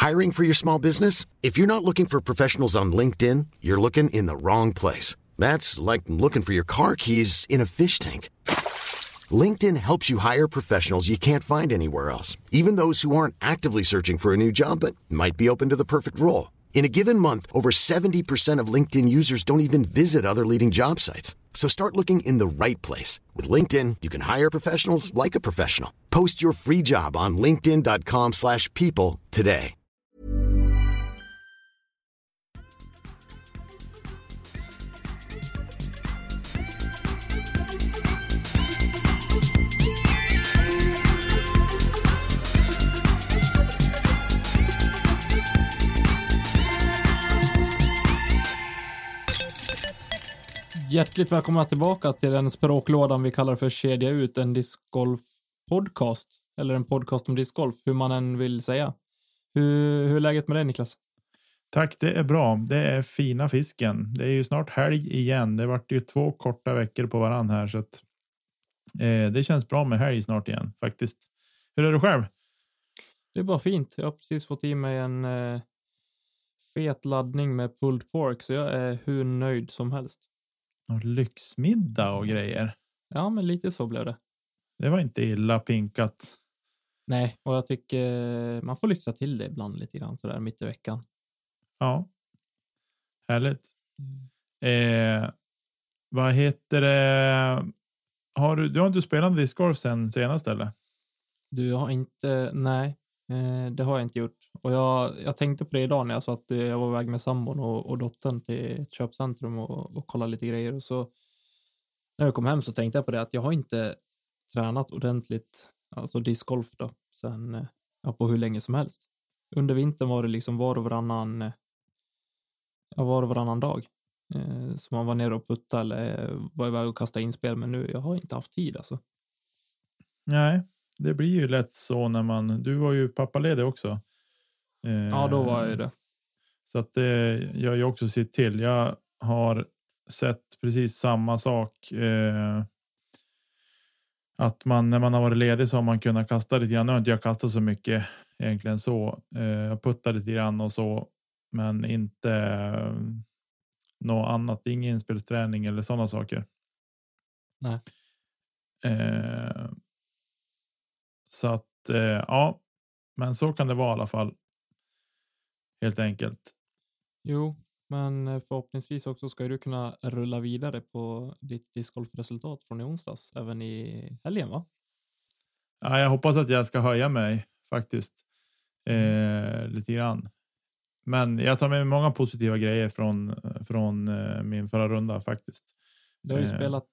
Hiring for your small business? If you're not looking for professionals on LinkedIn, you're looking in the wrong place. That's like looking for your car keys in a fish tank. LinkedIn helps you hire professionals you can't find anywhere else, even those who aren't actively searching for a new job but might be open to the perfect role. In a given month, over 70% of LinkedIn users don't even visit other leading job sites. So start looking in the right place. With LinkedIn, you can hire professionals like a professional. Post your free job on linkedin.com/people today. Hjärtligt välkomna tillbaka till den språklådan vi kallar för Kedja ut, en discgolf-podcast. Eller en podcast om discgolf, hur man än vill säga. Hur är läget med dig, Niklas? Tack, det är bra. Det är fina fisken. Det är ju snart helg igen. Det vart ju 2 korta veckor på varann här. Så att, det känns bra med helg snart igen, faktiskt. Hur är du själv? Det är bara fint. Jag har precis fått i mig en fet laddning med pulled pork. Så jag är hur nöjd som helst. Och lyxmiddag och grejer. Ja, men lite så blev det. Det var inte illa pinkat. Nej, och jag tycker man får lyxa till det ibland lite grann sådär mitt i veckan. Ja, härligt. Vad heter det? Du har inte spelat discgolf sen senast eller? Du har inte, nej, det har jag inte gjort. Och jag tänkte på det idag när jag sa att jag var iväg med sambon och dottern till ett köpcentrum och kolla lite grejer. Och så när jag kom hem så tänkte jag på det att jag har inte tränat ordentligt, alltså discgolf då, sen på hur länge som helst. Under vintern var det liksom var och varannan dag. Så man var nere och putta eller var iväg och kasta inspel, men nu jag har inte haft tid alltså. Nej, det blir ju lätt så när du var ju pappaledig också. Ja, då var jag det. Så att jag ju också sitt till. Jag har sett precis samma sak. Att när man har varit ledig så har man kunnat kasta lite grann. Nu har inte jag kastat så mycket egentligen så. Jag puttade lite grann och så. Men inte något annat. Ingen inspelsträning eller sådana saker. Nej. Så att ja. Men så kan det vara i alla fall. Helt enkelt. Jo, men förhoppningsvis också ska du kunna rulla vidare på ditt discgolfresultat från i onsdags, även i helgen, va? Ja, jag hoppas att jag ska höja mig faktiskt. Lite grann. Men jag tar med mig många positiva grejer från min förra runda faktiskt. Du har ju spelat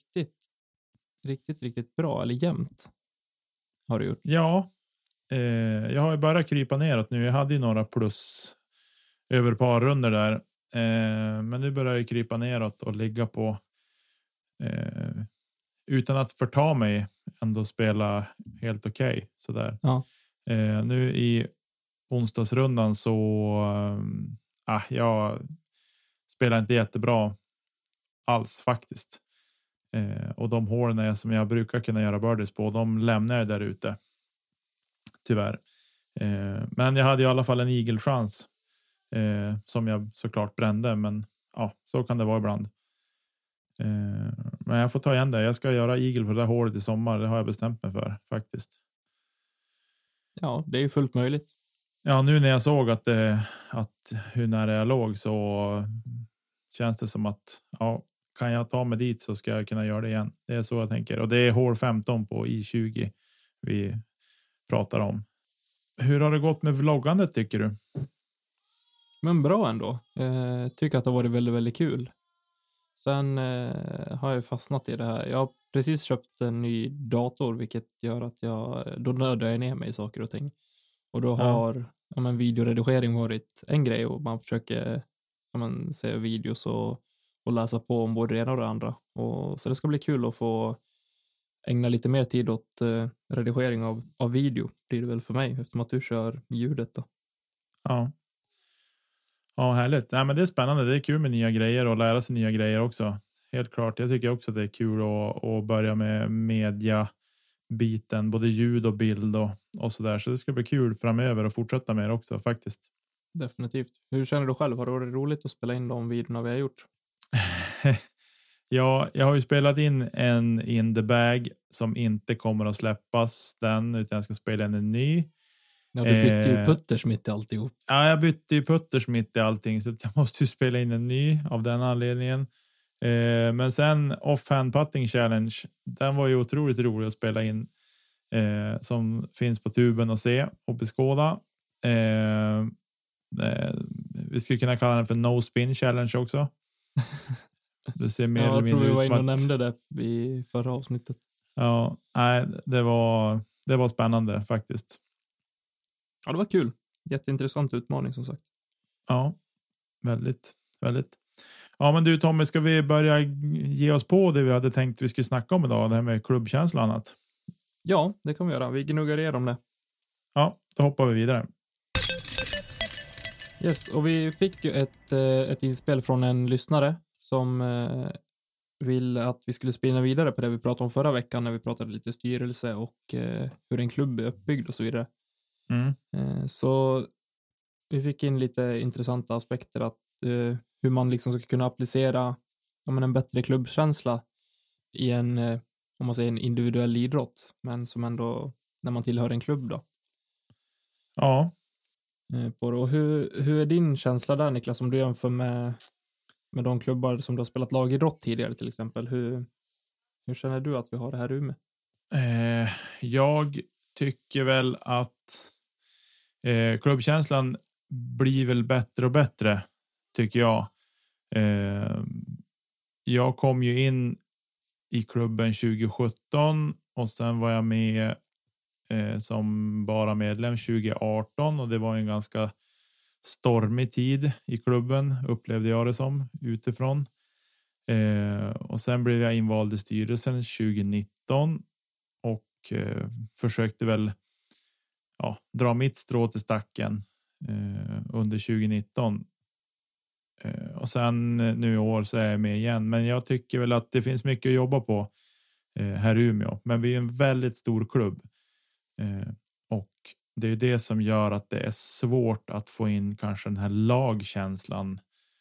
riktigt bra, eller jämnt. Har du gjort? Ja. Jag har ju bara krypa neråt nu. Jag hade ju några plus över par runder där. Men nu börjar jag krypa neråt och ligga på utan att förta mig ändå spela helt okej. Sådär. Ja. Nu i onsdagsrundan så jag spelar inte jättebra alls faktiskt. Och de hålen som jag brukar kunna göra birdies på, de lämnar jag där ute. Tyvärr. Men jag hade i alla fall en eagle-chans som jag såklart brände, men ja, så kan det vara ibland. Men jag får ta igen det. Jag ska göra eagle på det där hålet i sommar. Det har jag bestämt mig för faktiskt. Ja, det är ju fullt möjligt. Ja, nu när jag såg att hur nära jag låg så känns det som att kan jag ta mig dit så ska jag kunna göra det igen. Det är så jag tänker. Och det är hål 15 på I20 vi pratar om. Hur har det gått med vloggandet tycker du? Men bra ändå. Tycker att det har varit väldigt, väldigt kul. Sen har jag fastnat i det här. Jag har precis köpt en ny dator, vilket gör att då nördar jag ner mig i saker och ting. Och då har videoredigering varit en grej och man försöker se videos och läsa på om både det ena och det andra. Så det ska bli kul att få ägna lite mer tid åt redigering av video, blir det väl för mig, eftersom att du kör ljudet då. Ja. Ja, härligt. Nej, men det är spännande. Det är kul med nya grejer och lära sig nya grejer också. Helt klart. Jag tycker också att det är kul att börja med biten, både ljud och bild och så där. Så det ska bli kul framöver att fortsätta med det också faktiskt. Definitivt. Hur känner du själv? Har det varit roligt att spela in de videorna vi har gjort? Ja, jag har ju spelat in en In the Bag som inte kommer att släppas den, utan jag ska spela in en ny. Ja, du bytte ju putters mitt i alltihop. Ja, jag bytte ju putters mitt i allting, så jag måste ju spela in en ny av den anledningen. Men sen Offhand Putting Challenge, den var ju otroligt rolig att spela in, som finns på tuben och se och beskåda. Vi skulle kunna kalla den för No Spin Challenge också. Det ser mer eller mindre ut som jag tror vi var inne och nämnde det i förra avsnittet. Ja, nej, det var spännande faktiskt. Ja, det var kul. Jätteintressant utmaning som sagt. Ja, väldigt, väldigt. Ja, men du Tommy, ska vi börja ge oss på det vi hade tänkt vi skulle snacka om idag, det här med klubbkänsla och annat? Ja, det kan vi göra. Vi gnuggar igenom det. Ja, då hoppar vi vidare. Yes, och vi fick ju ett inspel från en lyssnare som vill att vi skulle spinna vidare på det vi pratade om förra veckan när vi pratade lite styrelse och hur en klubb är uppbyggd och så vidare. Så vi fick in lite intressanta aspekter att hur man liksom ska kunna applicera en bättre klubbkänsla i en, om man säger en individuell idrott, men som ändå när man tillhör en klubb då. Ja. På det. Och hur är din känsla där, Niklas, om du jämför med de klubbar som du har spelat lagidrott tidigare till exempel? Hur känner du att vi har det här i Umeå? Jag tycker väl att klubbkänslan blir väl bättre och bättre, tycker jag. Jag kom ju in i klubben 2017 och sen var jag med som bara medlem 2018, och det var en ganska stormig tid i klubben, upplevde jag det som utifrån. Och sen blev jag invald i styrelsen 2019 och försökte väl dra mitt strå till stacken under 2019. Och sen nu i år så är jag med igen. Men jag tycker väl att det finns mycket att jobba på här i Umeå. Men vi är en väldigt stor klubb. Och det är det som gör att det är svårt att få in kanske den här lagkänslan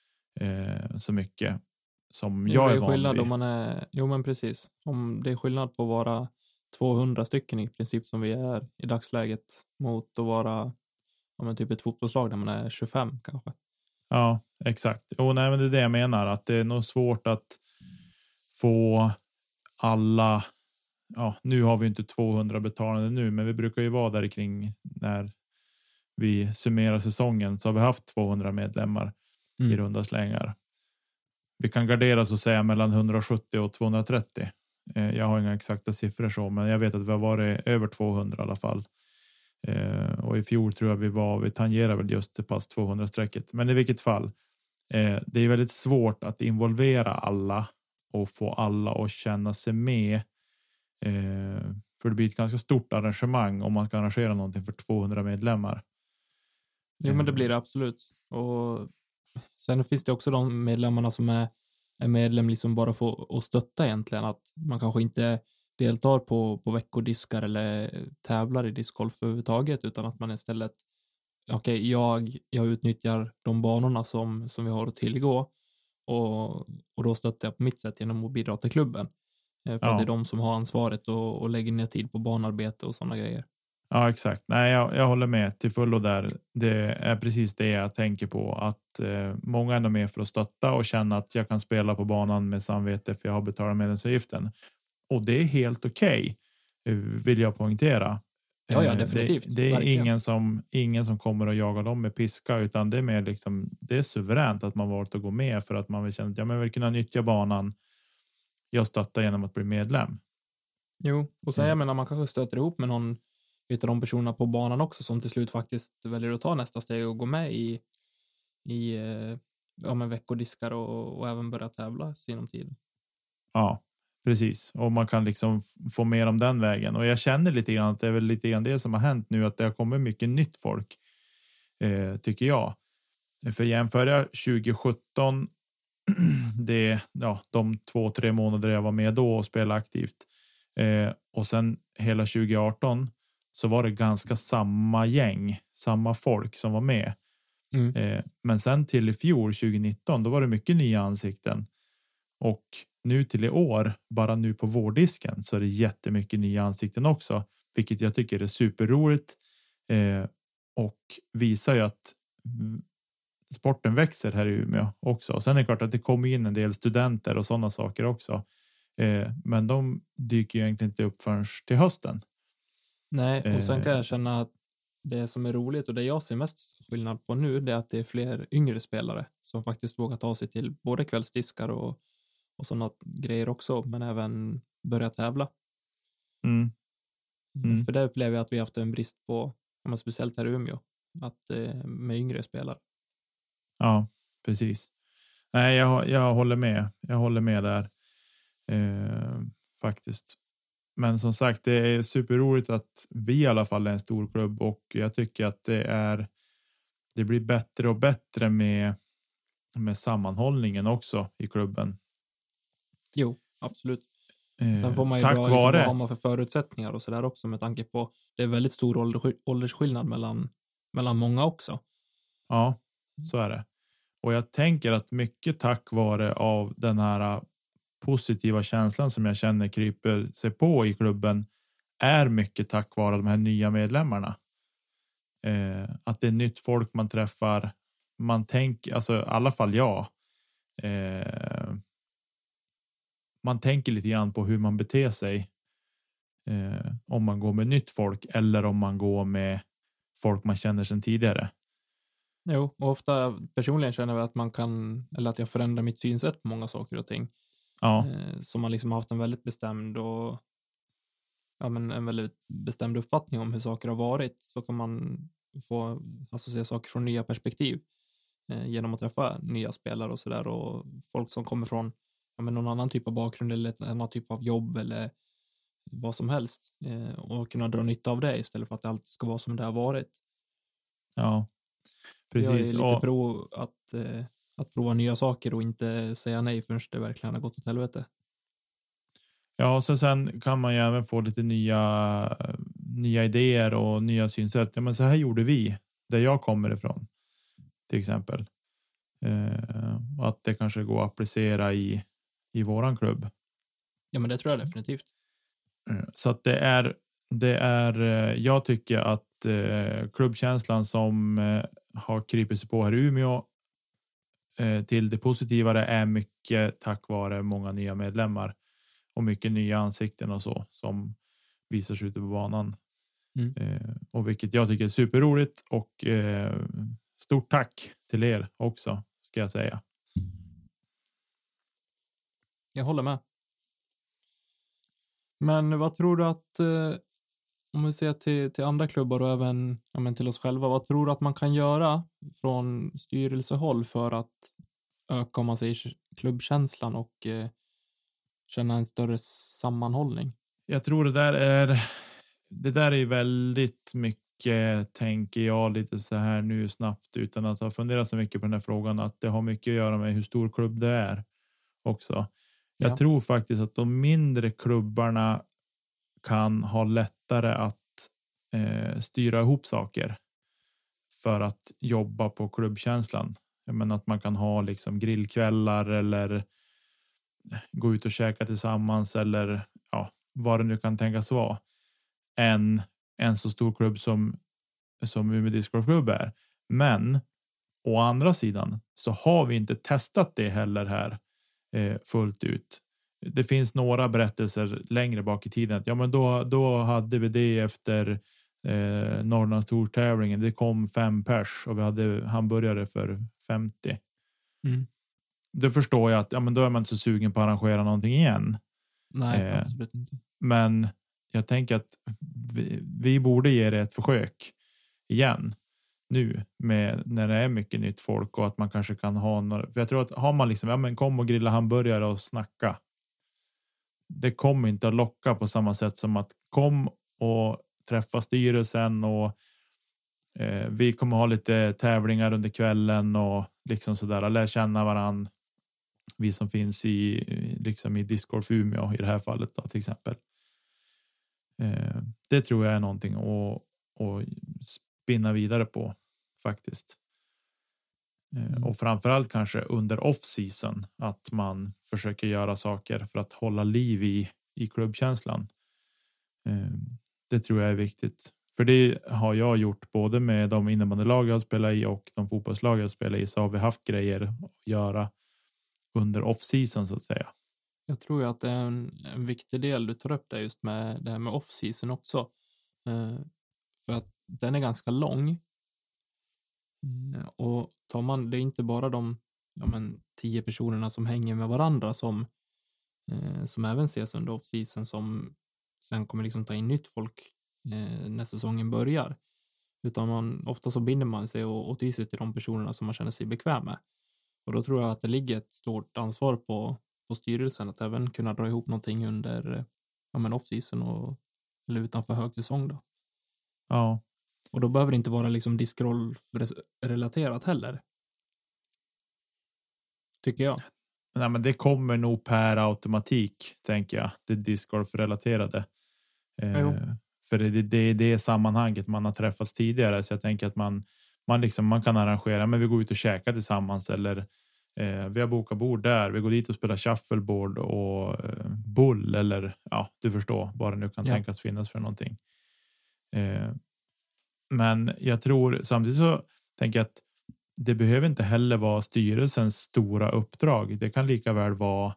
så mycket som jag är van vid. Om man är, jo men precis. Om det är skillnad på att vara 200 stycken i princip som vi är i dagsläget mot att vara typ ett fotbollslag där man är 25 kanske. Ja, exakt. Men det är det jag menar, att det är nog svårt att få alla. Ja, nu har vi inte 200 betalande nu, men vi brukar ju vara där kring när vi summerar säsongen, så har vi haft 200 medlemmar i runda slängar. Vi kan gardera så att säga mellan 170 och 230. Jag har inga exakta siffror så, men jag vet att vi har varit över 200 i alla fall. Och i fjol tror jag vi tangerar väl just till pass 200-strecket. Men i vilket fall, det är väldigt svårt att involvera alla och få alla att känna sig med. För det blir ett ganska stort arrangemang om man ska arrangera någonting för 200 medlemmar. Jo, men det blir det absolut. Och sen finns det också de medlemmarna som är medlem liksom bara för att stötta egentligen. Att man kanske inte deltar på veckodiskar eller tävlar i discgolf överhuvudtaget, utan att man istället jag utnyttjar de banorna som vi har att tillgå och då stöttar jag på mitt sätt genom att bidra till klubben. För att det är de som har ansvaret och lägger ner tid på banarbete och sådana grejer. Ja, exakt. Nej, jag håller med till fullo där. Det är precis det jag tänker på. Att många är med för att stötta och känna att jag kan spela på banan med samvete för jag har betalat medlemsavgiften. Och det är helt okej, vill jag poängtera. Ja, definitivt. Det är ingen som kommer att jaga dem med piska, utan det är mer liksom, det är suveränt att man valt att gå med för att man vill känna att jag vill kunna nyttja banan. Jag stöttar genom att bli medlem. Jo, och sen jag menar man kanske stöter ihop med någon utav de personerna på banan också som till slut faktiskt väljer att ta nästa steg och gå med i veckodiskar och även börja tävla sinom tid. Ja, precis. Och man kan liksom få mer om den vägen. Och jag känner lite grann att det är väl lite grann det som har hänt nu, att det har kommit mycket nytt folk, tycker jag. För jämför jag 2017, de 2-3 månader jag var med då och spelade aktivt, Och sen hela 2018 så var det ganska samma gäng, samma folk som var med. Men sen till i fjol 2019 då var det mycket nya ansikten. Och nu till i år, bara nu på vårdisken så är det jättemycket nya ansikten också. Vilket jag tycker är superroligt. Och visar ju att sporten växer här i Umeå också. Och sen är det klart att det kommer in en del studenter och sådana saker också. Men de dyker ju egentligen inte upp förrän till hösten. Nej, och sen kan jag känna att det som är roligt och det jag ser mest skillnad på nu det är att det är fler yngre spelare som faktiskt vågar ta sig till både kvällsdiskar och sådana grejer också, men även börja tävla. För det upplever jag att vi har haft en brist på, speciellt här i Umeå, att med yngre spelare. Ja, precis. Nej, jag håller med. Jag håller med där. Faktiskt. Men som sagt, det är superroligt att vi i alla fall är en stor klubb och jag tycker att det blir bättre och bättre med sammanhållningen också i klubben. Jo, absolut. Sen får man ju tack vad har man för förutsättningar och sådär också med tanke på det är väldigt stor åldersskillnad mellan många också. Ja, så är det. Och jag tänker att mycket tack vare av den här positiva känslan som jag känner kryper sig på i klubben är mycket tack vare de här nya medlemmarna. Att det är nytt folk man träffar. Man tänker, alltså i alla fall jag. Man tänker lite grann på hur man beter sig. Om man går med nytt folk eller om man går med folk man känner sedan tidigare. Jo, och ofta personligen känner jag att man kan, eller att jag förändrar mitt synsätt på många saker och ting. Ja. Som man liksom har haft en väldigt bestämd och en väldigt bestämd uppfattning om hur saker har varit, så kan man få se saker från nya perspektiv genom att träffa nya spelare och sådär, och folk som kommer från någon annan typ av bakgrund eller ett annat typ av jobb eller vad som helst, och kunna dra nytta av det istället för att det alltid ska vara som det har varit. Ja, precis. Jag är lite pro att prova nya saker och inte säga nej förrän det verkligen har gått åt helvete. Ja, så sen kan man ju även få lite nya idéer och nya synsätt. Ja, men så här gjorde vi där jag kommer ifrån till exempel. Och att det kanske går att applicera i våran klubb. Ja, men det tror jag definitivt. Så att det är jag tycker att klubbkänslan som har krypit sig på här i Umeå till det positivare är mycket tack vare många nya medlemmar och mycket nya ansikten och så som visar sig ute på banan. Och vilket jag tycker är superroligt, och stort tack till er också, ska jag säga. Jag håller med. Men vad tror du att, om vi ser till andra klubbar och även till oss själva, vad tror du att man kan göra från styrelsehåll för att öka, om man säger, klubbkänslan och känna en större sammanhållning? Jag tror det där är väldigt mycket, tänker jag lite så här nu snabbt utan att ha funderat så mycket på den här frågan, att det har mycket att göra med hur stor klubb det är också. Jag tror faktiskt att de mindre klubbarna kan ha lättare att styra ihop saker för att jobba på klubbkänslan. Jag menar att man kan ha liksom grillkvällar eller gå ut och käka tillsammans eller vad det nu kan tänkas vara. En så stor klubb som Umeå Discgolfklubb är. Men å andra sidan så har vi inte testat det heller här fullt ut. Det finns några berättelser längre bak i tiden att men då hade vi det efter Norrlands Tour-tävlingen. Det kom 5 pers och vi hade hamburgare för 50. Då förstår jag att då är man inte så sugen på att arrangera någonting igen. Nej, absolut inte. Men jag tänker att vi borde ge det ett försök igen nu när det är mycket nytt folk, och att man kanske kan ha några, för jag tror att har man liksom kom och grilla hamburgare och snacka, det kommer inte att locka på samma sätt som att kom och träffa styrelsen och vi kommer ha lite tävlingar under kvällen och liksom sådär, lära känna varann, vi som finns i Discgolf Umeå i det här fallet då, till exempel. Det tror jag är någonting att spinna vidare på faktiskt. Och framförallt kanske under off-season att man försöker göra saker för att hålla liv i klubbkänslan. Det tror jag är viktigt. För det har jag gjort både med de innebandylag jag spelar i och de fotbollslag jag spelar i, så har vi haft grejer att göra under off-season så att säga. Jag tror ju att det är en viktig del du tar upp där just med det här med off-season också. För att den är ganska lång. Och tar man, det är inte bara de 10 personerna som hänger med varandra som även ses under off-season som sen kommer liksom ta in nytt folk när säsongen börjar. Utan ofta så binder man sig och tyr sig till de personerna som man känner sig bekväm med. Och då tror jag att det ligger ett stort ansvar på styrelsen att även kunna dra ihop någonting under off-season eller utanför högsäsong då. Ja. Och då behöver det inte vara liksom discgolf-relaterat heller. Tycker jag. Nej, men det kommer nog per automatik, tänker jag. Det discgolf-relaterade. För det är det sammanhanget man har träffats tidigare. Så jag tänker att man kan arrangera, men vi går ut och käkar tillsammans. Eller vi har bokat bord där. Vi går dit och spelar shuffleboard och bull. Eller ja, du förstår vad det nu kan tänkas finnas för någonting. Men jag tror, samtidigt så tänker jag att det behöver inte heller vara styrelsens stora uppdrag. Det kan lika väl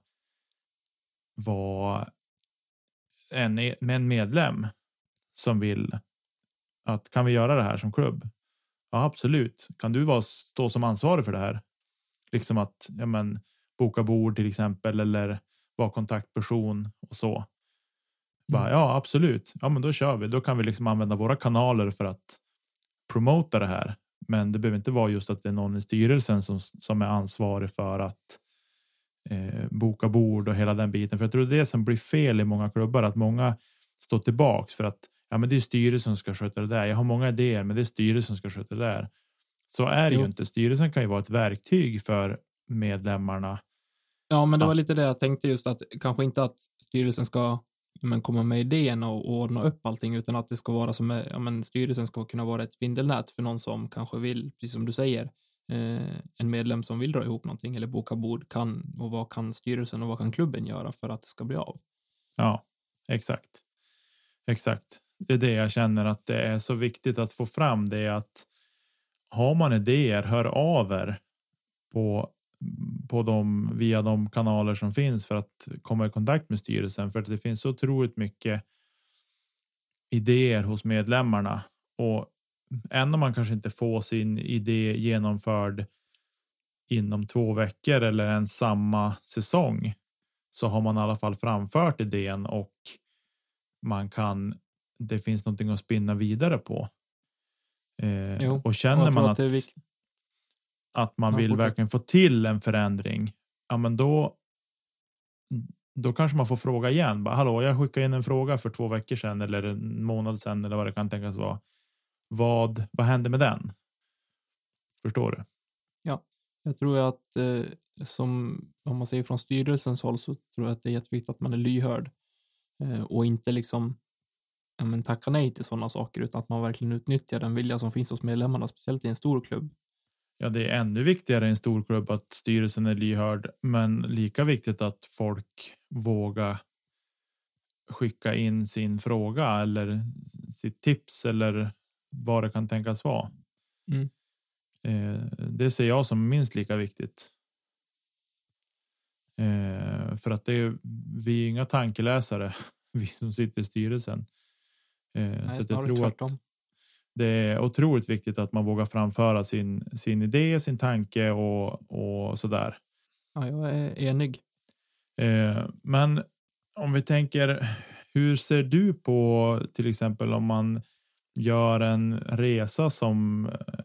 vara en medlem som vill att kan vi göra det här som klubb? Ja, absolut. Kan du stå som ansvarig för det här? Liksom att boka bord till exempel eller vara kontaktperson och så. Ja, absolut. Ja, men då kör vi. Då kan vi liksom använda våra kanaler för att promota det här. Men det behöver inte vara just att det är någon i styrelsen som är ansvarig för att boka bord och hela den biten. För jag tror det är det som blir fel i många klubbar. Att många står tillbaks för att det är styrelsen som ska sköta det där. Jag har många idéer, men det är styrelsen som ska sköta det där. Så är det ju inte. Styrelsen kan ju vara ett verktyg för medlemmarna. Ja, men det var lite det jag tänkte just att kanske inte att styrelsen ska komma med idén och ordna upp allting utan att det ska vara som styrelsen ska kunna vara ett spindelnät för någon som kanske vill, precis som du säger, en medlem som vill dra ihop någonting eller boka bord och vad kan styrelsen och vad kan klubben göra för att det ska bli av? Ja, exakt. Det är det jag känner att det är så viktigt att få fram det att har man idéer, hör av er på dem via de kanaler som finns för att komma i kontakt med styrelsen, för att det finns så otroligt mycket idéer hos medlemmarna och även om man kanske inte får sin idé genomförd inom 2 veckor eller en samma säsong så har man i alla fall framfört idén och det finns någonting att spinna vidare på. Och känner man att man vill verkligen få till en förändring, ja men då kanske man får fråga igen. Hallå, jag skickade in en fråga för 2 veckor sedan eller en månad sedan eller vad det kan tänkas vara. Vad hände med den? Förstår du? Ja, jag tror att som om man säger från styrelsens håll så tror jag att det är jätteviktigt att man är lyhörd och inte liksom tacka nej till sådana saker utan att man verkligen utnyttjar den vilja som finns hos medlemmarna, speciellt i en stor klubb. Ja, det är ännu viktigare i en stor klubb att styrelsen är lyhörd, men lika viktigt att folk vågar skicka in sin fråga eller sitt tips eller vad det kan tänkas vara. Det ser jag som minst lika viktigt. För att vi är inga tankeläsare, vi som sitter i styrelsen. Nej, så jag tror att det är otroligt viktigt att man vågar framföra sin idé, sin tanke och sådär. Ja, jag är enig. Men om vi tänker, hur ser du på till exempel om man gör en resa som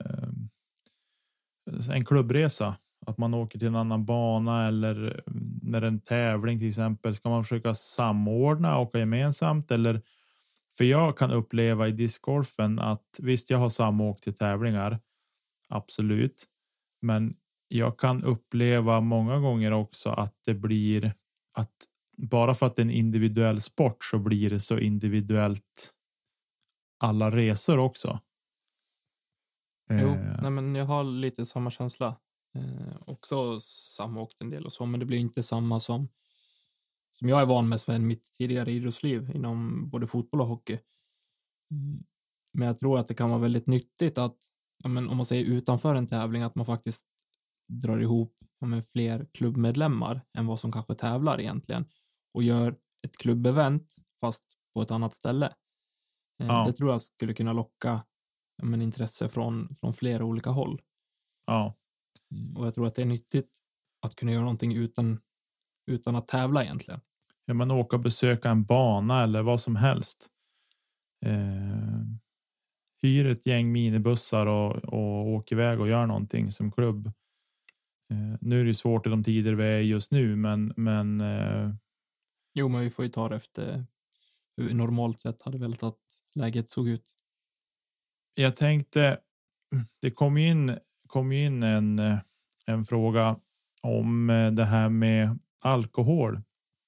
en klubbresa? Att man åker till en annan bana eller när en tävling till exempel. Ska man försöka samordna och åka gemensamt eller? För jag kan uppleva i discgolfen att visst, jag har samåkt till tävlingar. Absolut. Men jag kan uppleva många gånger också att det blir att bara för att det är en individuell sport så blir det så individuellt alla resor också. Jo, nej men jag har lite samma känsla. Också samåkt en del och så, men det blir inte samma som jag är van med som mitt tidigare idrottsliv inom både fotboll och hockey. Men jag tror att det kan vara väldigt nyttigt att, ja, men om man säger utanför en tävling, att man faktiskt drar ihop, ja, men fler klubbmedlemmar än vad som kanske tävlar egentligen och gör ett klubbevent fast på ett annat ställe. Ja. Det tror jag skulle kunna locka, ja, men intresse från flera olika håll. Ja. Och jag tror att det är nyttigt att kunna göra någonting utan att tävla egentligen. Ja, man åker och besöka en bana eller vad som helst. Hyr ett gäng minibussar och åker iväg och gör någonting som klubb. Nu är det svårt i de tider vi är just nu, men Jo, men vi får ju ta det efter hur normalt sett hade velat att läget såg ut. Jag tänkte, det kom in en fråga om det här med alkohol.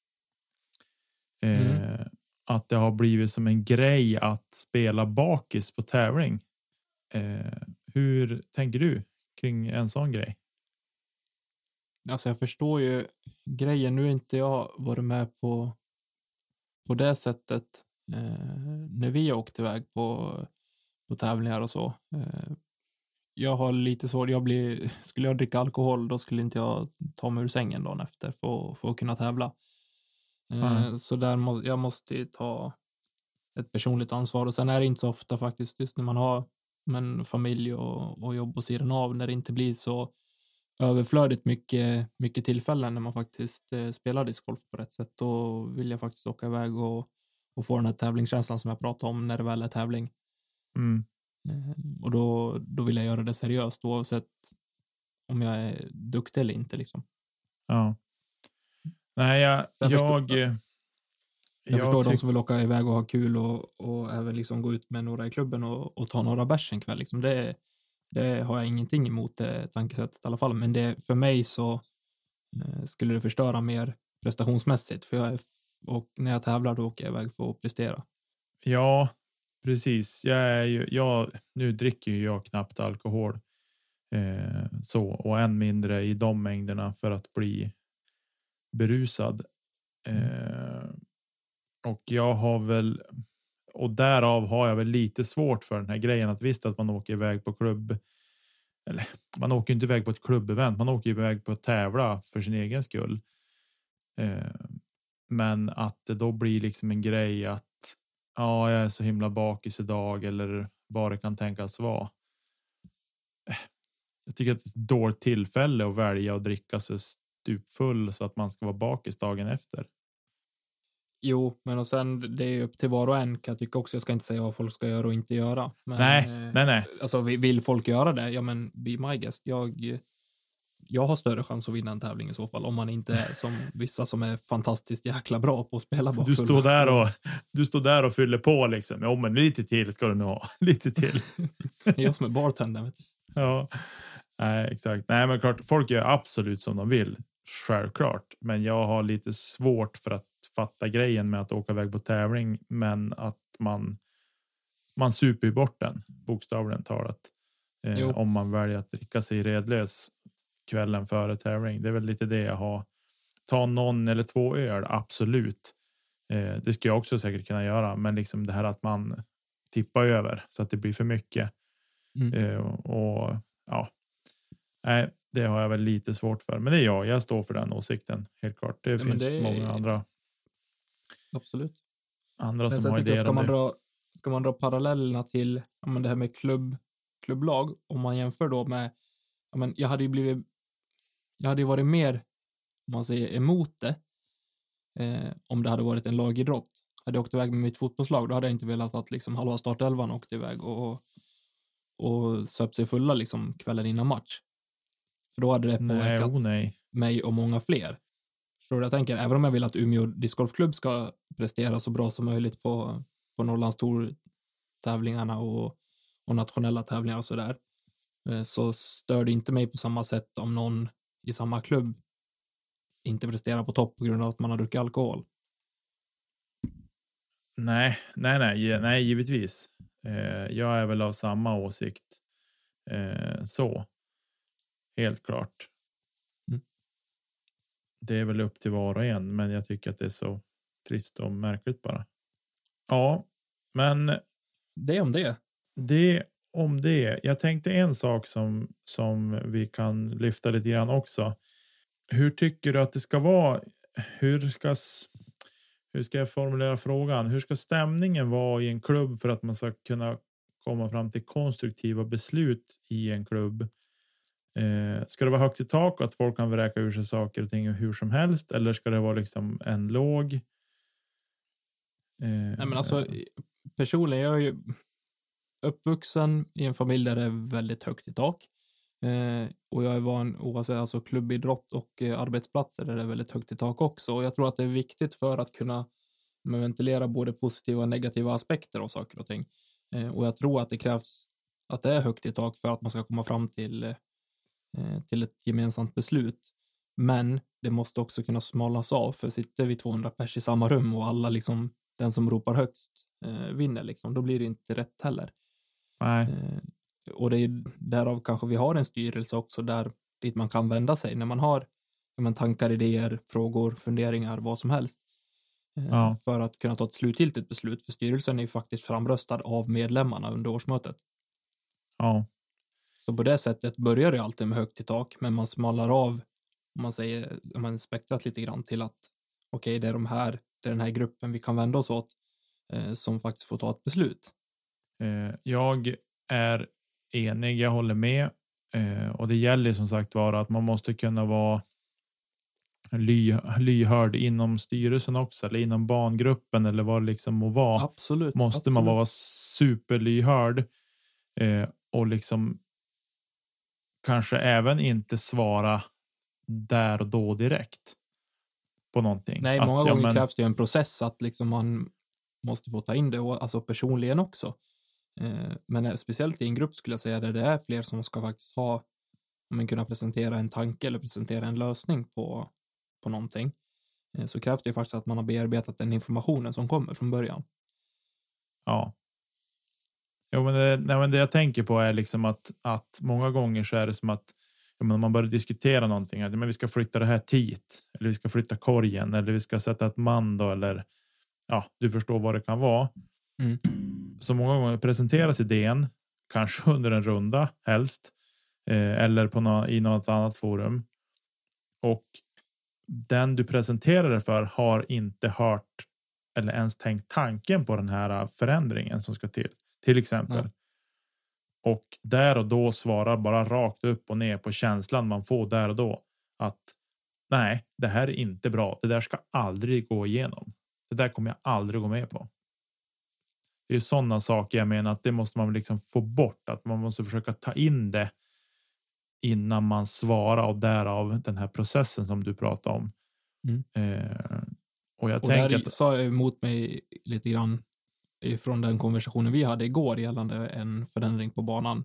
Att det har blivit som en grej att spela bakis på tävling. Hur tänker du kring en sån grej? Alltså jag förstår ju grejen. Nu är inte jag varit med på det sättet när vi har åkt iväg på tävlingar och så. Jag har lite svårt. Skulle jag dricka alkohol, då skulle inte jag ta mig ur sängen dagen efter för att kunna tävla. Så där jag måste ju ta ett personligt ansvar. Och sen är det inte så ofta faktiskt, just när man har familj och jobb på sidan av, när det inte blir så överflödigt mycket tillfällen när man faktiskt spelar discgolf på rätt sätt. Då vill jag faktiskt åka iväg och få den här tävlingskänslan som jag pratade om när det väl är tävling. Och då vill jag göra det seriöst, oavsett om jag är duktig eller inte liksom. Ja. Nej, jag förstår de som vill åka iväg och ha kul och även liksom gå ut med några i klubben och ta några bärs en kväll liksom. Det har jag ingenting emot, det tankesättet i alla fall, men det, för mig så skulle det förstöra mer prestationsmässigt, för och när jag tävlar då åker jag iväg för att prestera. Ja, precis. Nu dricker ju jag knappt alkohol och än mindre i de mängderna för att bli berusad. Och jag har väl, och därav har jag väl lite svårt för den här grejen, att visst att man åker iväg på klubb, eller man åker inte iväg på ett klubbevent, man åker iväg på att tävla för sin egen skull. Men att det då blir liksom en grej att jag är så himla bakis idag, eller vad det kan tänkas vara. Jag tycker att det är ett dåligt tillfälle att välja att dricka sig stupfull så att man ska vara bakis dagen efter. Jo, men och sen det är upp till var och en, kan jag tycka också. Jag ska inte säga vad folk ska göra och inte göra. Men, nej. Alltså vill folk göra det, ja men be my guest. Jag har större chans att vinna en tävling i så fall, om man inte är som vissa som är fantastiskt jäkla bra på att spela bakfull. Du står där och fyller på liksom. Ja, men lite till ska du nog ha. Lite till. Jag som är bartender, vet du. Ja, nej, exakt. Nej, men klart, folk gör absolut som de vill. Självklart. Men jag har lite svårt för att fatta grejen med att åka iväg på tävling, men att man super bort den, bokstavligen talat. Om man väljer att dricka sig redlös kvällen före tävling. Det är väl lite det jag har. Ta någon eller 2 öl, absolut. Det ska jag också säkert kunna göra, men liksom det här att man tippar över så att det blir för mycket. Nej, det har jag väl lite svårt för. Men det är jag står för den åsikten, helt klart. Det finns många andra. Absolut. Andra som har idéer. Ska man dra parallellerna till det här med klubblag, om man jämför då med, jag hade ju varit mer, om man säger, emot det om det hade varit en lagidrott. Hade jag åkt iväg med mitt fotbollslag, då hade jag inte velat att liksom halva startelvan åkte iväg och söp sig fulla liksom kvällen innan match. För då hade det påverkat mig och många fler. Så jag tänker, även om jag vill att Umeå discgolfklubb ska prestera så bra som möjligt på Norrlands Tour-tävlingarna och nationella tävlingar och sådär, så stör det inte mig på samma sätt om någon i samma klubb inte prestera på topp på grund av att man har druckit alkohol. Nej, givetvis. Jag är väl av samma åsikt. Så. Helt klart. Det är väl upp till var och en, men jag tycker att det är så trist och märkligt bara. Ja, men det om det. Det om det. Jag tänkte en sak som vi kan lyfta lite grann också. Hur tycker du att det ska vara? Hur ska jag formulera frågan? Hur ska stämningen vara i en klubb för att man ska kunna komma fram till konstruktiva beslut i en klubb? Ska det vara högt i tak och att folk kan vräka ur sig saker och ting hur som helst? Eller ska det vara liksom en låg? Nej, men alltså, personligen, jag är ju uppvuxen i en familj där det är väldigt högt i tak. Och jag är van oavsett alltså klubbidrott och arbetsplatser där det är väldigt högt i tak också. Och jag tror att det är viktigt för att kunna ventilera både positiva och negativa aspekter av saker och ting. Och jag tror att det krävs att det är högt i tak för att man ska komma fram till ett gemensamt beslut. Men det måste också kunna smalas av, för sitter vi 200 pers i samma rum och alla liksom, den som ropar högst vinner liksom, då blir det inte rätt heller. Nej. Och det är därav kanske vi har en styrelse också där dit man kan vända sig när man har tankar, idéer, frågor, funderingar, vad som helst. För att kunna ta ett slutgiltigt beslut, för styrelsen är ju faktiskt framröstad av medlemmarna under årsmötet. Ja. Så på det sättet börjar det alltid med högt i tak, men man smallar av, om man spektrat lite grann till att okej, det är den här gruppen vi kan vända oss åt som faktiskt får ta ett beslut. Jag är enig, jag håller med. Och det gäller som sagt vara att man måste kunna vara lyhörd inom styrelsen också, eller inom barngruppen, eller vad det liksom må vara. Absolut. Måste man vara superlyhörd och liksom kanske även inte svara där och då direkt på någonting. Nej, många gånger krävs det en process att liksom man måste få ta in det, och alltså personligen också. Men speciellt i en grupp skulle jag säga där det är fler som ska faktiskt kunna presentera en tanke eller presentera en lösning på någonting, så krävs det ju faktiskt att man har bearbetat den informationen som kommer från början. Ja. Jo, men det jag tänker på är liksom att många gånger så är det som att man börjar diskutera någonting, att men vi ska flytta det här hit, eller vi ska flytta korgen, eller vi ska sätta ett man då, eller ja, du förstår vad det kan vara. Så många gånger presenteras idén kanske under en runda helst, eller i något annat forum, och den du presenterar det för har inte hört eller ens tänkt tanken på den här förändringen som ska till exempel. Och där och då svarar bara rakt upp och ner på känslan man får där och då, att nej, det här är inte bra, det där ska aldrig gå igenom, det där kommer jag aldrig gå med på. Det är ju sådana saker jag menar att det måste man liksom få bort, att man måste försöka ta in det innan man svarar, och därav den här processen som du pratar om. Och jag tänker att sa jag emot mig lite grann från den konversationen vi hade igår gällande en förändring på banan.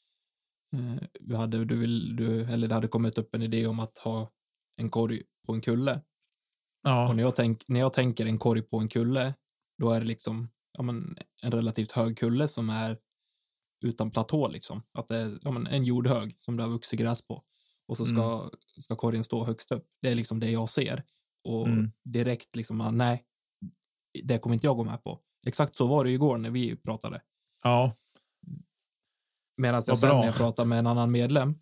Det hade kommit upp en idé om att ha en korg på en kulle. Ja. Och när jag tänker en korg på en kulle, då är det liksom en relativt hög kulle som är utan platå liksom. Att det är en jordhög som det har vuxit gräs på. Och så ska korgen stå högst upp. Det är liksom det jag ser. Och direkt liksom, nej, det kommer inte jag gå med på. Exakt så var det igår när vi pratade. Ja. Medan när jag pratade med en annan medlem,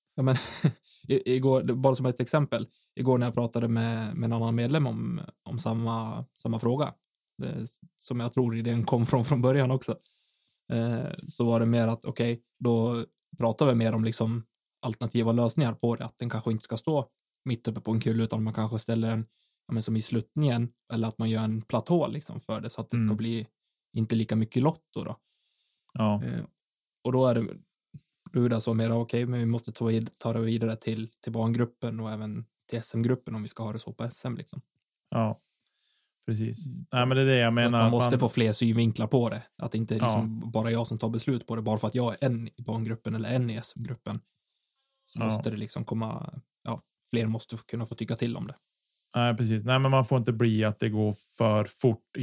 igår, bara som ett exempel, igår när jag pratade med en annan medlem om samma fråga, som jag tror idén kom från början också, så var det mer att då pratar vi mer om liksom alternativa lösningar på det, att den kanske inte ska stå mitt uppe på en kulle, utan man kanske ställer den som i sluttningen, eller att man gör en platå liksom för det, så att det ska bli inte lika mycket lotto då. Ja. Och då är det så mer men vi måste ta det vidare till barngruppen och även till SM-gruppen om vi ska ha det så på SM liksom. Ja, precis. Nej, men det är det jag menar. Man måste få fler synvinklar på det. Att inte liksom bara jag som tar beslut på det, bara för att jag är en i barngruppen eller en i SM-gruppen. Så måste det liksom komma fler måste kunna få tycka till om det. Nej, precis. Nej, men man får inte bli att det går för fort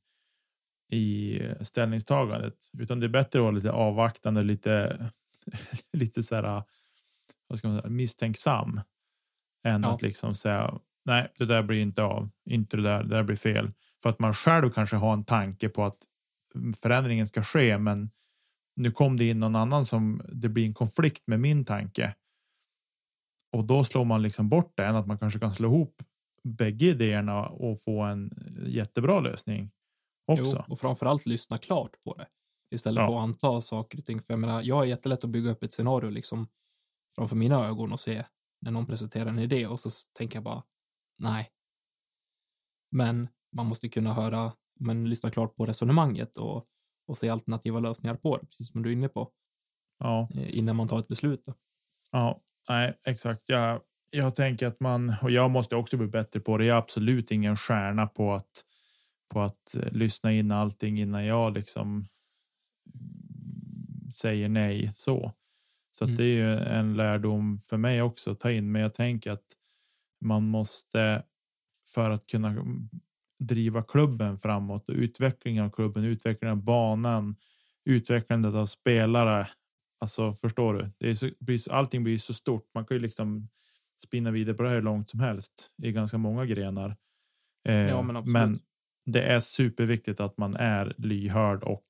i ställningstagandet. Utan det är bättre att vara lite avvaktande, lite så här, vad ska man säga, misstänksam. Än att liksom säga, nej, det där blir inte av. Inte det där blir fel. För att man själv kanske har en tanke på att förändringen ska ske, men nu kom det in någon annan som det blir en konflikt med min tanke. Och då slår man liksom bort det, än att man kanske kan slå ihop bägge idéerna och få en jättebra lösning också. Jo, och framförallt lyssna klart på det. Istället för att anta saker och ting. För jag har jättelätt att bygga upp ett scenario liksom framför mina ögon och se när någon presenterar en idé och så tänker jag bara, nej. Men man måste kunna höra, men lyssna klart på resonemanget och se alternativa lösningar på det, precis som du är inne på. Ja. Innan man tar ett beslut då. Ja, nej, exakt. Jag tänker att och jag måste också bli bättre på det. Jag är absolut ingen stjärna på att lyssna in allting innan jag liksom säger nej så att det är ju en lärdom för mig också att ta in, men jag tänker att man måste, för att kunna driva klubben framåt och utvecklingen av klubben, utvecklingen av banan, utvecklandet av spelare, alltså förstår du, allting blir så stort, man kan ju liksom spinna vidare på det här långt som helst i ganska många grenar. Ja, men det är superviktigt att man är lyhörd och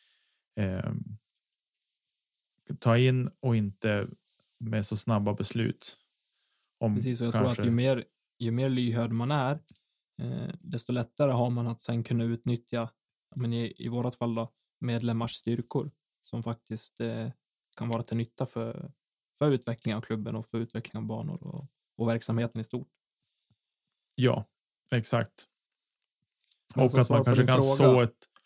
ta in och inte med så snabba beslut. Precis, och jag tror att ju mer lyhörd man är, desto lättare har man att sen kunna utnyttja, men i vårat fall då, medlemmars styrkor som faktiskt kan vara till nytta för utvecklingen av klubben och för utvecklingen av banor och verksamheten i stort. Ja, exakt. Men och att man kanske kan så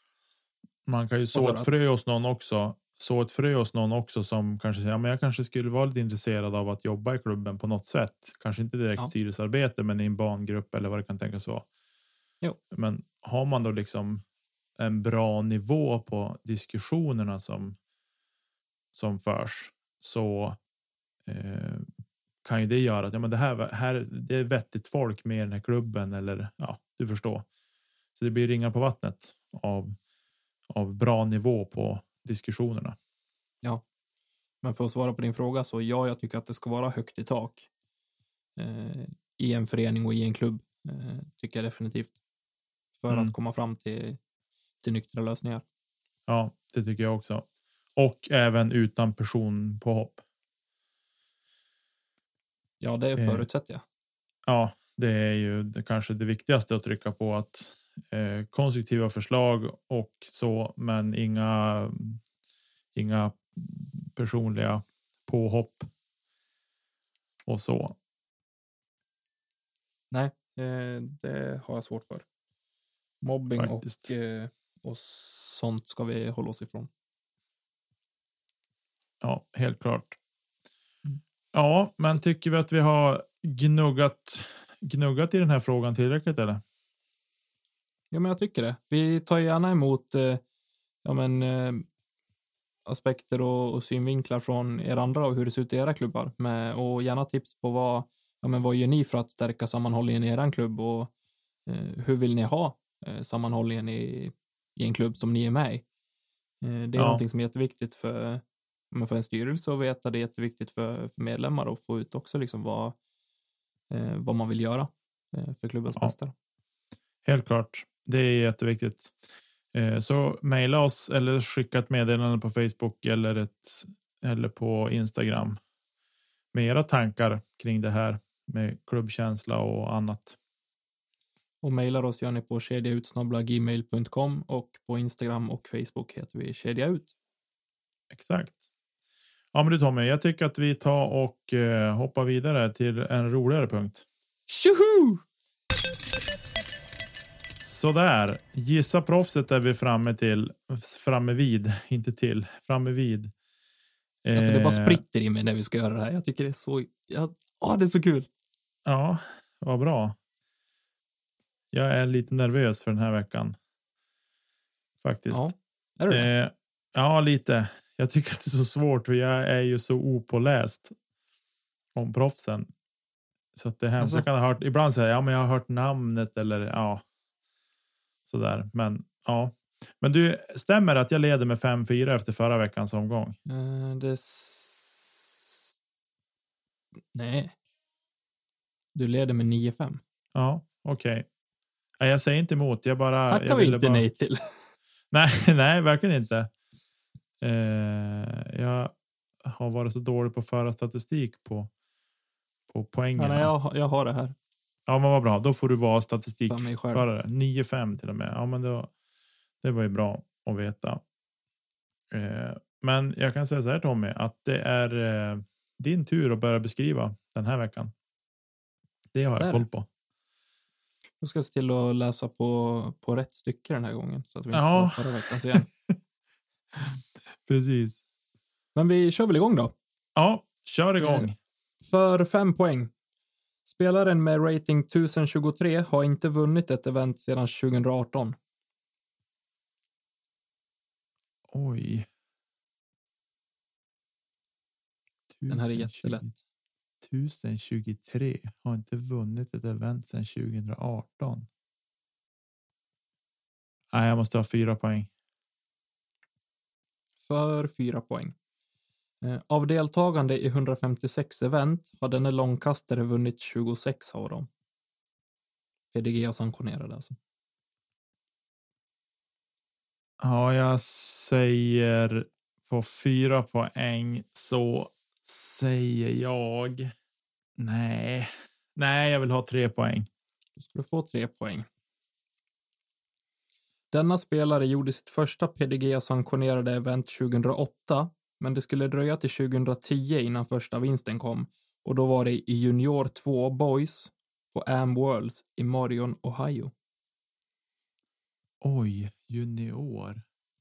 ett frö hos någon också. Så ett frö hos någon också som kanske säger, men jag kanske skulle vara lite intresserad av att jobba i klubben på något sätt. Kanske inte direkt styrelsearbete, men i en bangrupp eller vad det kan tänkas vara. Jo. Men har man då liksom en bra nivå på diskussionerna som förs, så kan ju det göra att men det är vettigt folk med i den här klubben, eller du förstår. Så det blir ringar på vattnet av bra nivå på diskussionerna. Ja, men för att svara på din fråga så jag tycker att det ska vara högt i tak i en förening och i en klubb, tycker jag definitivt, för att komma fram till nyktra lösningar. Ja, det tycker jag också. Och även utan personpåhopp. Ja, det förutsätter jag. Ja, det är ju kanske det viktigaste att trycka på, att konstruktiva förslag och så, men inga personliga påhopp och så. Nej, det har jag svårt för. Mobbing och sånt ska vi hålla oss ifrån. Ja, helt klart. Ja, men tycker vi att vi har gnuggat i den här frågan tillräckligt, eller? Ja, men jag tycker det. Vi tar gärna emot aspekter och synvinklar från er andra och hur det ser ut i era klubbar. Och gärna tips på vad gör ni för att stärka sammanhållningen i er klubb, och hur vill ni ha sammanhållningen i en klubb som ni är med i. Det är någonting som är jätteviktigt för en styrelse att veta. Det är jätteviktigt för medlemmar att få ut också liksom vad man vill göra för klubbens bästa. Helt klart. Det är jätteviktigt. Så mejla oss eller skicka ett meddelande på Facebook eller på Instagram med era tankar kring det här med klubbkänsla och annat. Och mejlar oss gör ni på kedjaut@gmail.com, och på Instagram och Facebook heter vi kedjaut. Exakt. Ja, men du Tommy, jag tycker att vi tar och hoppar vidare till en roligare punkt. Tjoho! Sådär, gissa proffset är vi framme vid. Alltså det bara spritter i mig när vi ska göra det här. Jag tycker det är så, det är så kul. Ja, vad bra. Jag är lite nervös för den här veckan. Faktiskt. Ja, är du det? Ja, lite. Jag tycker att det är så svårt, för jag är ju så opåläst om proffsen. Så att det är hemskt. Alltså. Jag kan ha hört, ibland säga, ja men jag har hört namnet eller ja. Sådär, men ja. Men du, stämmer att jag leder med 5-4 efter förra veckans omgång? Nej. Du leder med 9-5. Ja, okej. Nej, jag säger inte emot. Jag bara... Tackar vi inte nej till. Nej, verkligen inte. Jag har varit så dålig på att föra statistik på poängen. Nej, jag har det här. Ja, men vad bra. Då får du vara statistikförare. 9-5 till och med. Ja, men det var ju bra att veta. Men jag kan säga så här, Tommy, att det är din tur att börja beskriva den här veckan. Det har jag koll på. Du ska se till att läsa på rätt stycke den här gången. Så att vi inte tar förra veckans igen. Precis. Men vi kör väl igång då? Ja, kör igång. För 5 poäng. Spelaren med rating 1023 har inte vunnit ett event sedan 2018. Oj. Den här är jättelätt. 1023 har inte vunnit ett event sedan 2018. Nej, jag måste ha 4 poäng. För 4 poäng. Av deltagande i 156 event har denne långkastare vunnit 26 av dem. PDG har sanktionerade alltså. Ja, jag säger på 4 poäng så säger jag... Nej, jag vill ha 3 poäng. Du skulle få 3 poäng. Denna spelare gjorde sitt första PDG-sanktionerade event 2008, men det skulle dröja till 2010 innan första vinsten kom, och då var det i Junior 2 Boys på AM Worlds i Marion, Ohio. Oj, junior.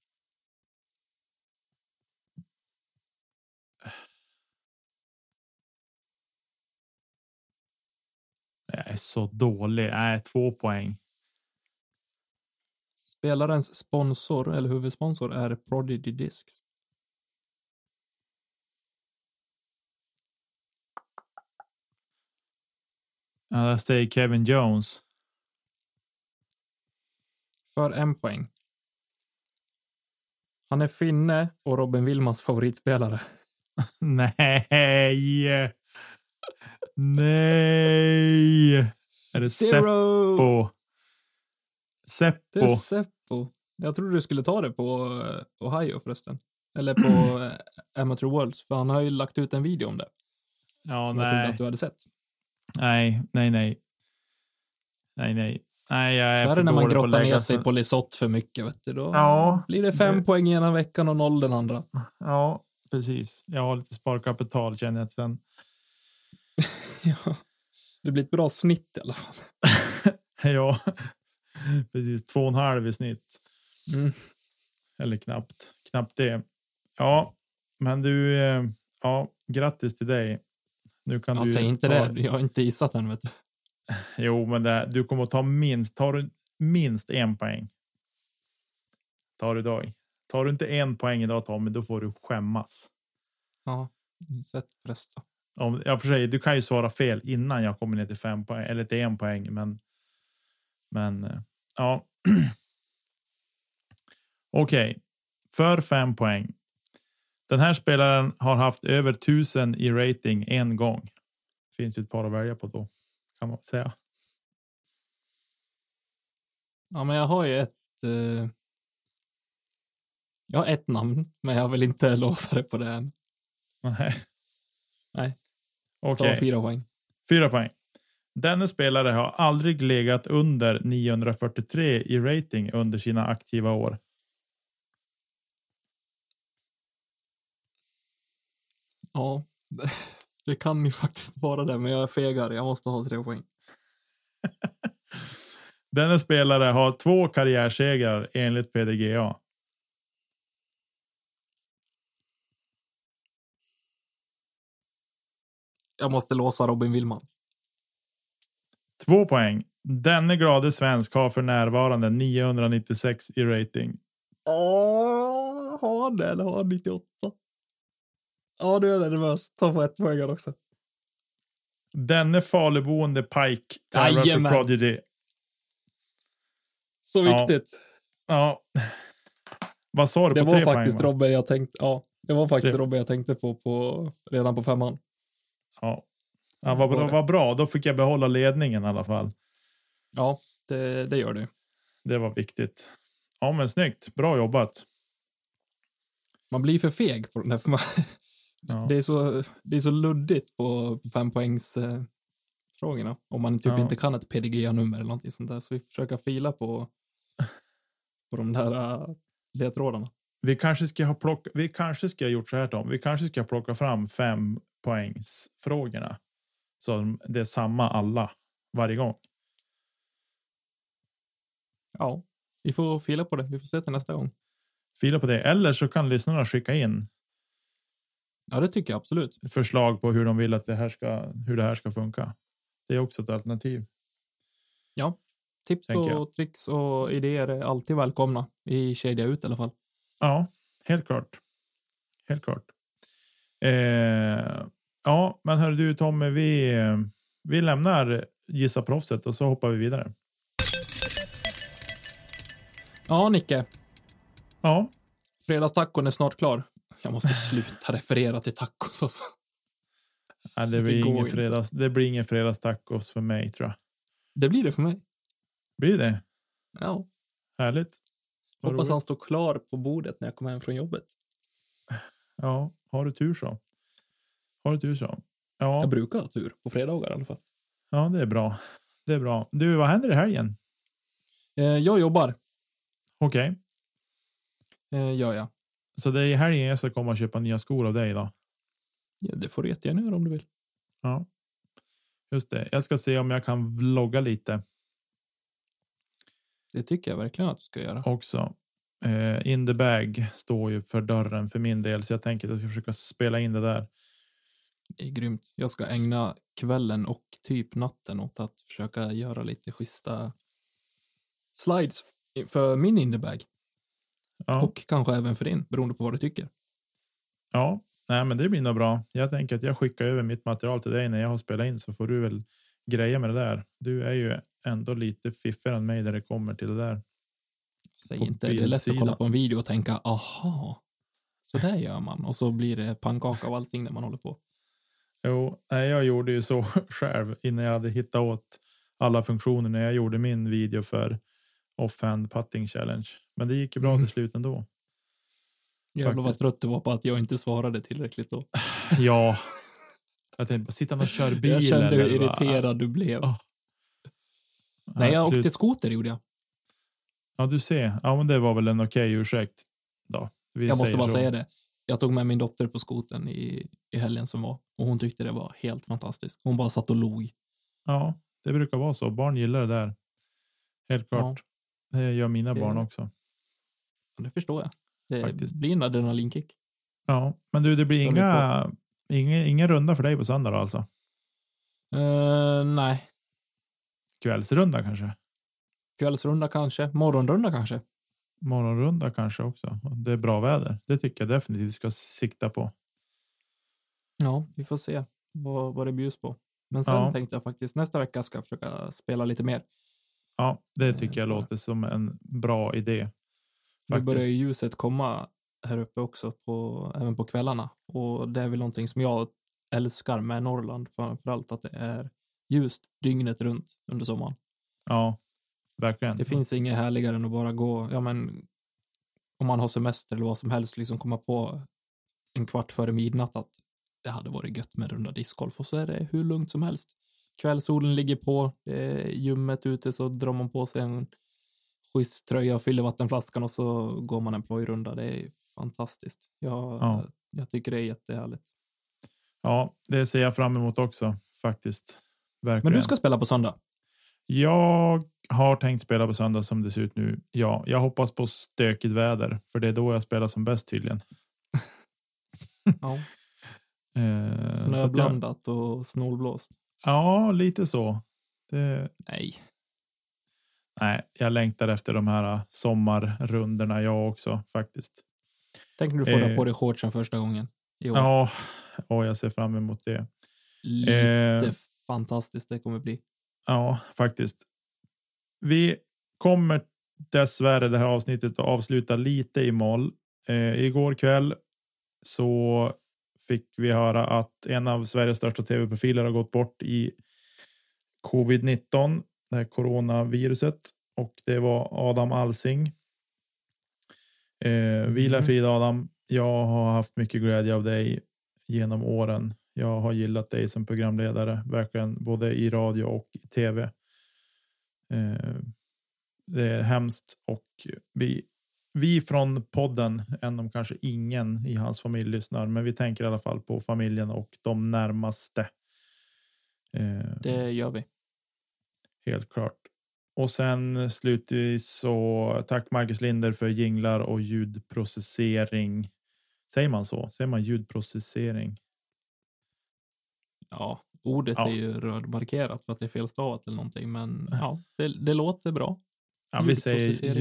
Jag är så dålig. 2 poäng. Spelarens sponsor eller huvudsponsor är Prodigy Discs. Ja, jag säger Kevin Jones. För 1 poäng. Han är finne och Robin Willmans favoritspelare. Nej. Nej. Är det Zero. Seppo? Det är Seppo. Jag trodde du skulle ta det på Ohio förresten. Eller på Amateur Worlds. För han har ju lagt ut en video om det. Ja, som nej. jag trodde att du hade sett. Nej. Nej, jag är så är för det när man dålig på att grottar lägga ner sig på Lisott för mycket, vet du. Då blir det 5 poäng ena veckan och 0 den andra. Ja, precis. Jag har lite sparkapital, känner jag sen. Ja, det blir ett bra snitt i alla fall. Ja, precis. 2,5 i snitt. Eller knappt det. Ja, men du, grattis till dig. Nu kan du säg inte det. Jag har inte gissat den, vet du. Jo, men du kommer att ta minst 1 poäng. Tar du inte 1 poäng idag, Tommy, då får du skämmas. Ja, sätt press då. Jag får säga, du kan ju svara fel innan jag kommer ner till 5 poäng eller till 1 poäng, men ja. Okej. För 5 poäng. Den här spelaren har haft över 1000 i rating en gång. Finns ju ett par att välja på då, kan man säga. Ja, men jag har ju ett namn, men jag vill inte låsa det på det än. Nej. Okej. 4 poäng. 4 poäng. Denna spelare har aldrig legat under 943 i rating under sina aktiva år. Ja, det kan ju faktiskt vara det, men jag är fegare. Jag måste ha 3 poäng. Denna spelare har 2 karriärsegrar enligt PDGA. Jag måste låsa Robin Willman. 2 poäng. Denne glade svensk har för närvarande 996 i rating. Har det eller har 98? Ja, du är nervös. Ta för 1 poäng också. Denne faluboende Pike tävlar för Prodigy. Så viktigt. Ja. Vad sa du det på var 3 poäng? Faktiskt Robbe jag tänkte, det var faktiskt Robbe jag tänkte på redan på 5:an. Ja. Vad bra. Då fick jag behålla ledningen i alla fall. Ja, det gör du. Det var viktigt. Ja, men snyggt. Bra jobbat. Man blir för feg på den där. Ja. Det är så luddigt på 5-poängs frågorna. Om man typ inte kan ett PDG-nummer eller någonting sånt där. Så vi försöker fila på de där ledtrådarna. Vi kanske ska ha gjort så här, Tom. Vi kanske ska plocka fram 5-poängsfrågorna. Så det är samma alla varje gång. Ja, vi får fila på det. Vi får se till nästa gång. Fila på det. Eller så kan lyssnarna skicka in. Ja, det tycker jag absolut. Förslag på hur de vill att hur det här ska funka. Det är också ett alternativ. Ja, tips och tricks och idéer är alltid välkomna i Kedja ut i alla fall. Ja, helt klart. Helt klart. Ja, men hör du Tommy, vi lämnar gissa proffset och så hoppar vi vidare. Ja, Nicke. Ja. Fredagstacon är snart klar. Jag måste sluta referera till tacos också. Nej, det blir ingen fredagstacos för mig, tror jag. Det blir det för mig. Blir det? Ja. Härligt. Hoppas han står klar på bordet när jag kommer hem från jobbet. Ja, har du tur så. Ja. Jag brukar ha tur på fredagar i alla fall. Ja, det är bra. Det är bra. Du, vad händer i helgen? Jag jobbar. Okej. Gör jag. Så det är i helgen jag ska komma och köpa nya skor av dig då? Ja, det får du jättegärna göra om du vill. Ja. Just det. Jag ska se om jag kan vlogga lite. Det tycker jag verkligen att du ska göra. Också. In the bag står ju för dörren för min del. Så jag tänker att jag ska försöka spela in det där. Det är grymt. Jag ska ägna kvällen och typ natten åt att försöka göra lite schyssta slides för min in the bag. Ja. Och kanske även för din, beroende på vad du tycker. Ja, nej men det blir nog bra. Jag tänker att jag skickar över mitt material till dig när jag har spelat in, så får du väl greja med det där. Du är ju ändå lite fiffigare än mig där det kommer till det där. Säg inte, det är lätt att kolla på en video och tänka, aha, så där gör man. Och så blir det pannkaka av allting när man håller på. Jo, nej, jag gjorde ju så själv innan jag hade hittat åt alla funktioner när jag gjorde min video för offhand putting challenge. Men det gick ju bra till slut ändå. Jävlar vad trött du var på att jag inte svarade tillräckligt då. Ja. Jag tänkte bara, sitta och kör bil. Jag kände hur irriterad du blev. Oh. Nej, jag åkte skoter gjorde jag. Ja, du ser. Ja, men det var väl en okej ursäkt då. Jag måste bara säga det. Jag tog med min dotter på skoten i helgen som var. Och hon tyckte det var helt fantastiskt. Hon bara satt och log. Ja, det brukar vara så. Barn gillar det där. Helt klart. Ja. Det gör mina barn också. Det förstår jag. Det blir en adrenalinkick. Ja, men du, det blir inga runda för dig på söndag då, alltså? Nej. Kvällsrunda kanske? Kvällsrunda kanske. Morgonrunda kanske. Morgonrunda kanske också. Det är bra väder. Det tycker jag definitivt vi ska sikta på. Ja, vi får se vad det bjuds på. Men sen tänkte jag faktiskt nästa vecka ska jag försöka spela lite mer. Ja, det tycker jag låter som en bra idé. Nu börjar ljuset komma här uppe också även på kvällarna. Och det är väl någonting som jag älskar med Norrland framförallt, att det är ljust dygnet runt under sommaren. Ja, verkligen. Det finns inget härligare än att bara gå, ja men om man har semester eller vad som helst, liksom komma på en kvart före midnatt att det hade varit gött med runda discgolf, och så är det hur lugnt som helst. Kvällsolen ligger på, det är ljummet ute, så drar man på sig en schysst tröja och fyller vattenflaskan och så går man en plojrunda. Det är fantastiskt. Jag tycker det är jättehärligt. Ja, det ser jag fram emot också faktiskt. Verkligen. Men du ska spela på söndag? Jag har tänkt spela på söndag som det ser ut nu. Ja, jag hoppas på stökigt väder, för det är då jag spelar som bäst tydligen. Ja. Snöblandat och snålblåst. Ja, lite så. Nej, jag längtar efter de här sommarrundorna jag också faktiskt. Tänker du få dra på dig shortsen första gången i år? Ja, och jag ser fram emot det. Lite fantastiskt det kommer bli. Ja, faktiskt. Vi kommer dessvärre det här avsnittet att avsluta lite i moll. Igår kväll så fick vi höra att en av Sveriges största tv-profiler har gått bort i covid-19, det här coronaviruset, och det var Adam Alsing. Vila frid Adam, jag har haft mycket glädje av dig genom åren. Jag har gillat dig som programledare, verkligen, både i radio och i tv. Det är hemskt, och vi från podden, än om kanske ingen i hans familj lyssnar, men vi tänker i alla fall på familjen och de närmaste. Det gör vi. Helt klart. Och sen slutvis så tack Marcus Linder för jinglar och ljudprocessering. Säger man så? Säger man ljudprocessering? Ja, ordet är ju rödmarkerat för att det är felstavat eller någonting, men ja, det låter bra. Ja, vi säger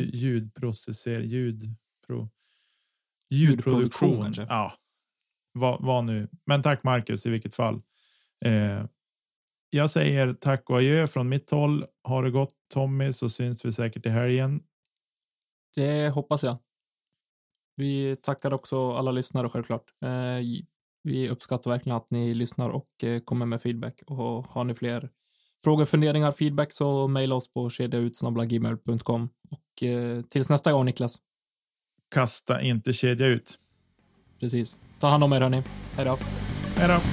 ljudproduktion kanske. Ja, vad nu. Men tack Marcus i vilket fall. Jag säger tack och adjö från mitt håll. Har det gått Tommy, så syns vi säkert i helgen. Det hoppas jag. Vi tackar också alla lyssnare självklart. Vi uppskattar verkligen att ni lyssnar och kommer med feedback. Och har ni fler frågor, funderingar, feedback, så mejla oss på kedjautsnabla@gmail.com. Och tills nästa gång, Niklas. Kasta inte kedja ut. Precis. Ta hand om er, hörni. Hej då. Hej då.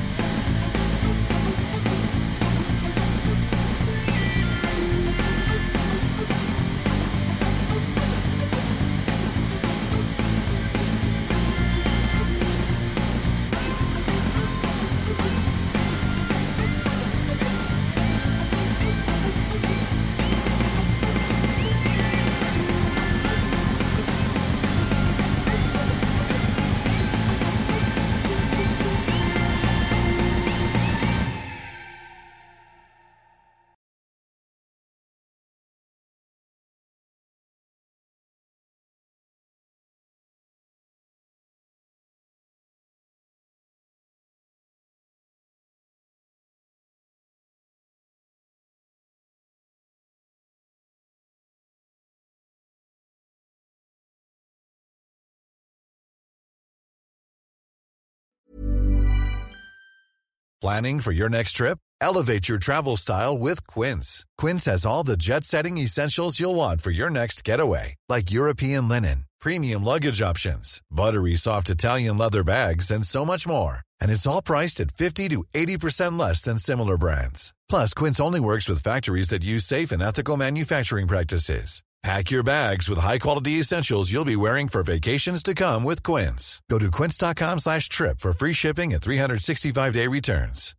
Planning for your next trip? Elevate your travel style with Quince. Quince has all the jet-setting essentials you'll want for your next getaway, like European linen, premium luggage options, buttery soft Italian leather bags, and so much more. And it's all priced at 50 to 80% less than similar brands. Plus, Quince only works with factories that use safe and ethical manufacturing practices. Pack your bags with high-quality essentials you'll be wearing for vacations to come with Quince. Go to quince.com/trip for free shipping and 365-day returns.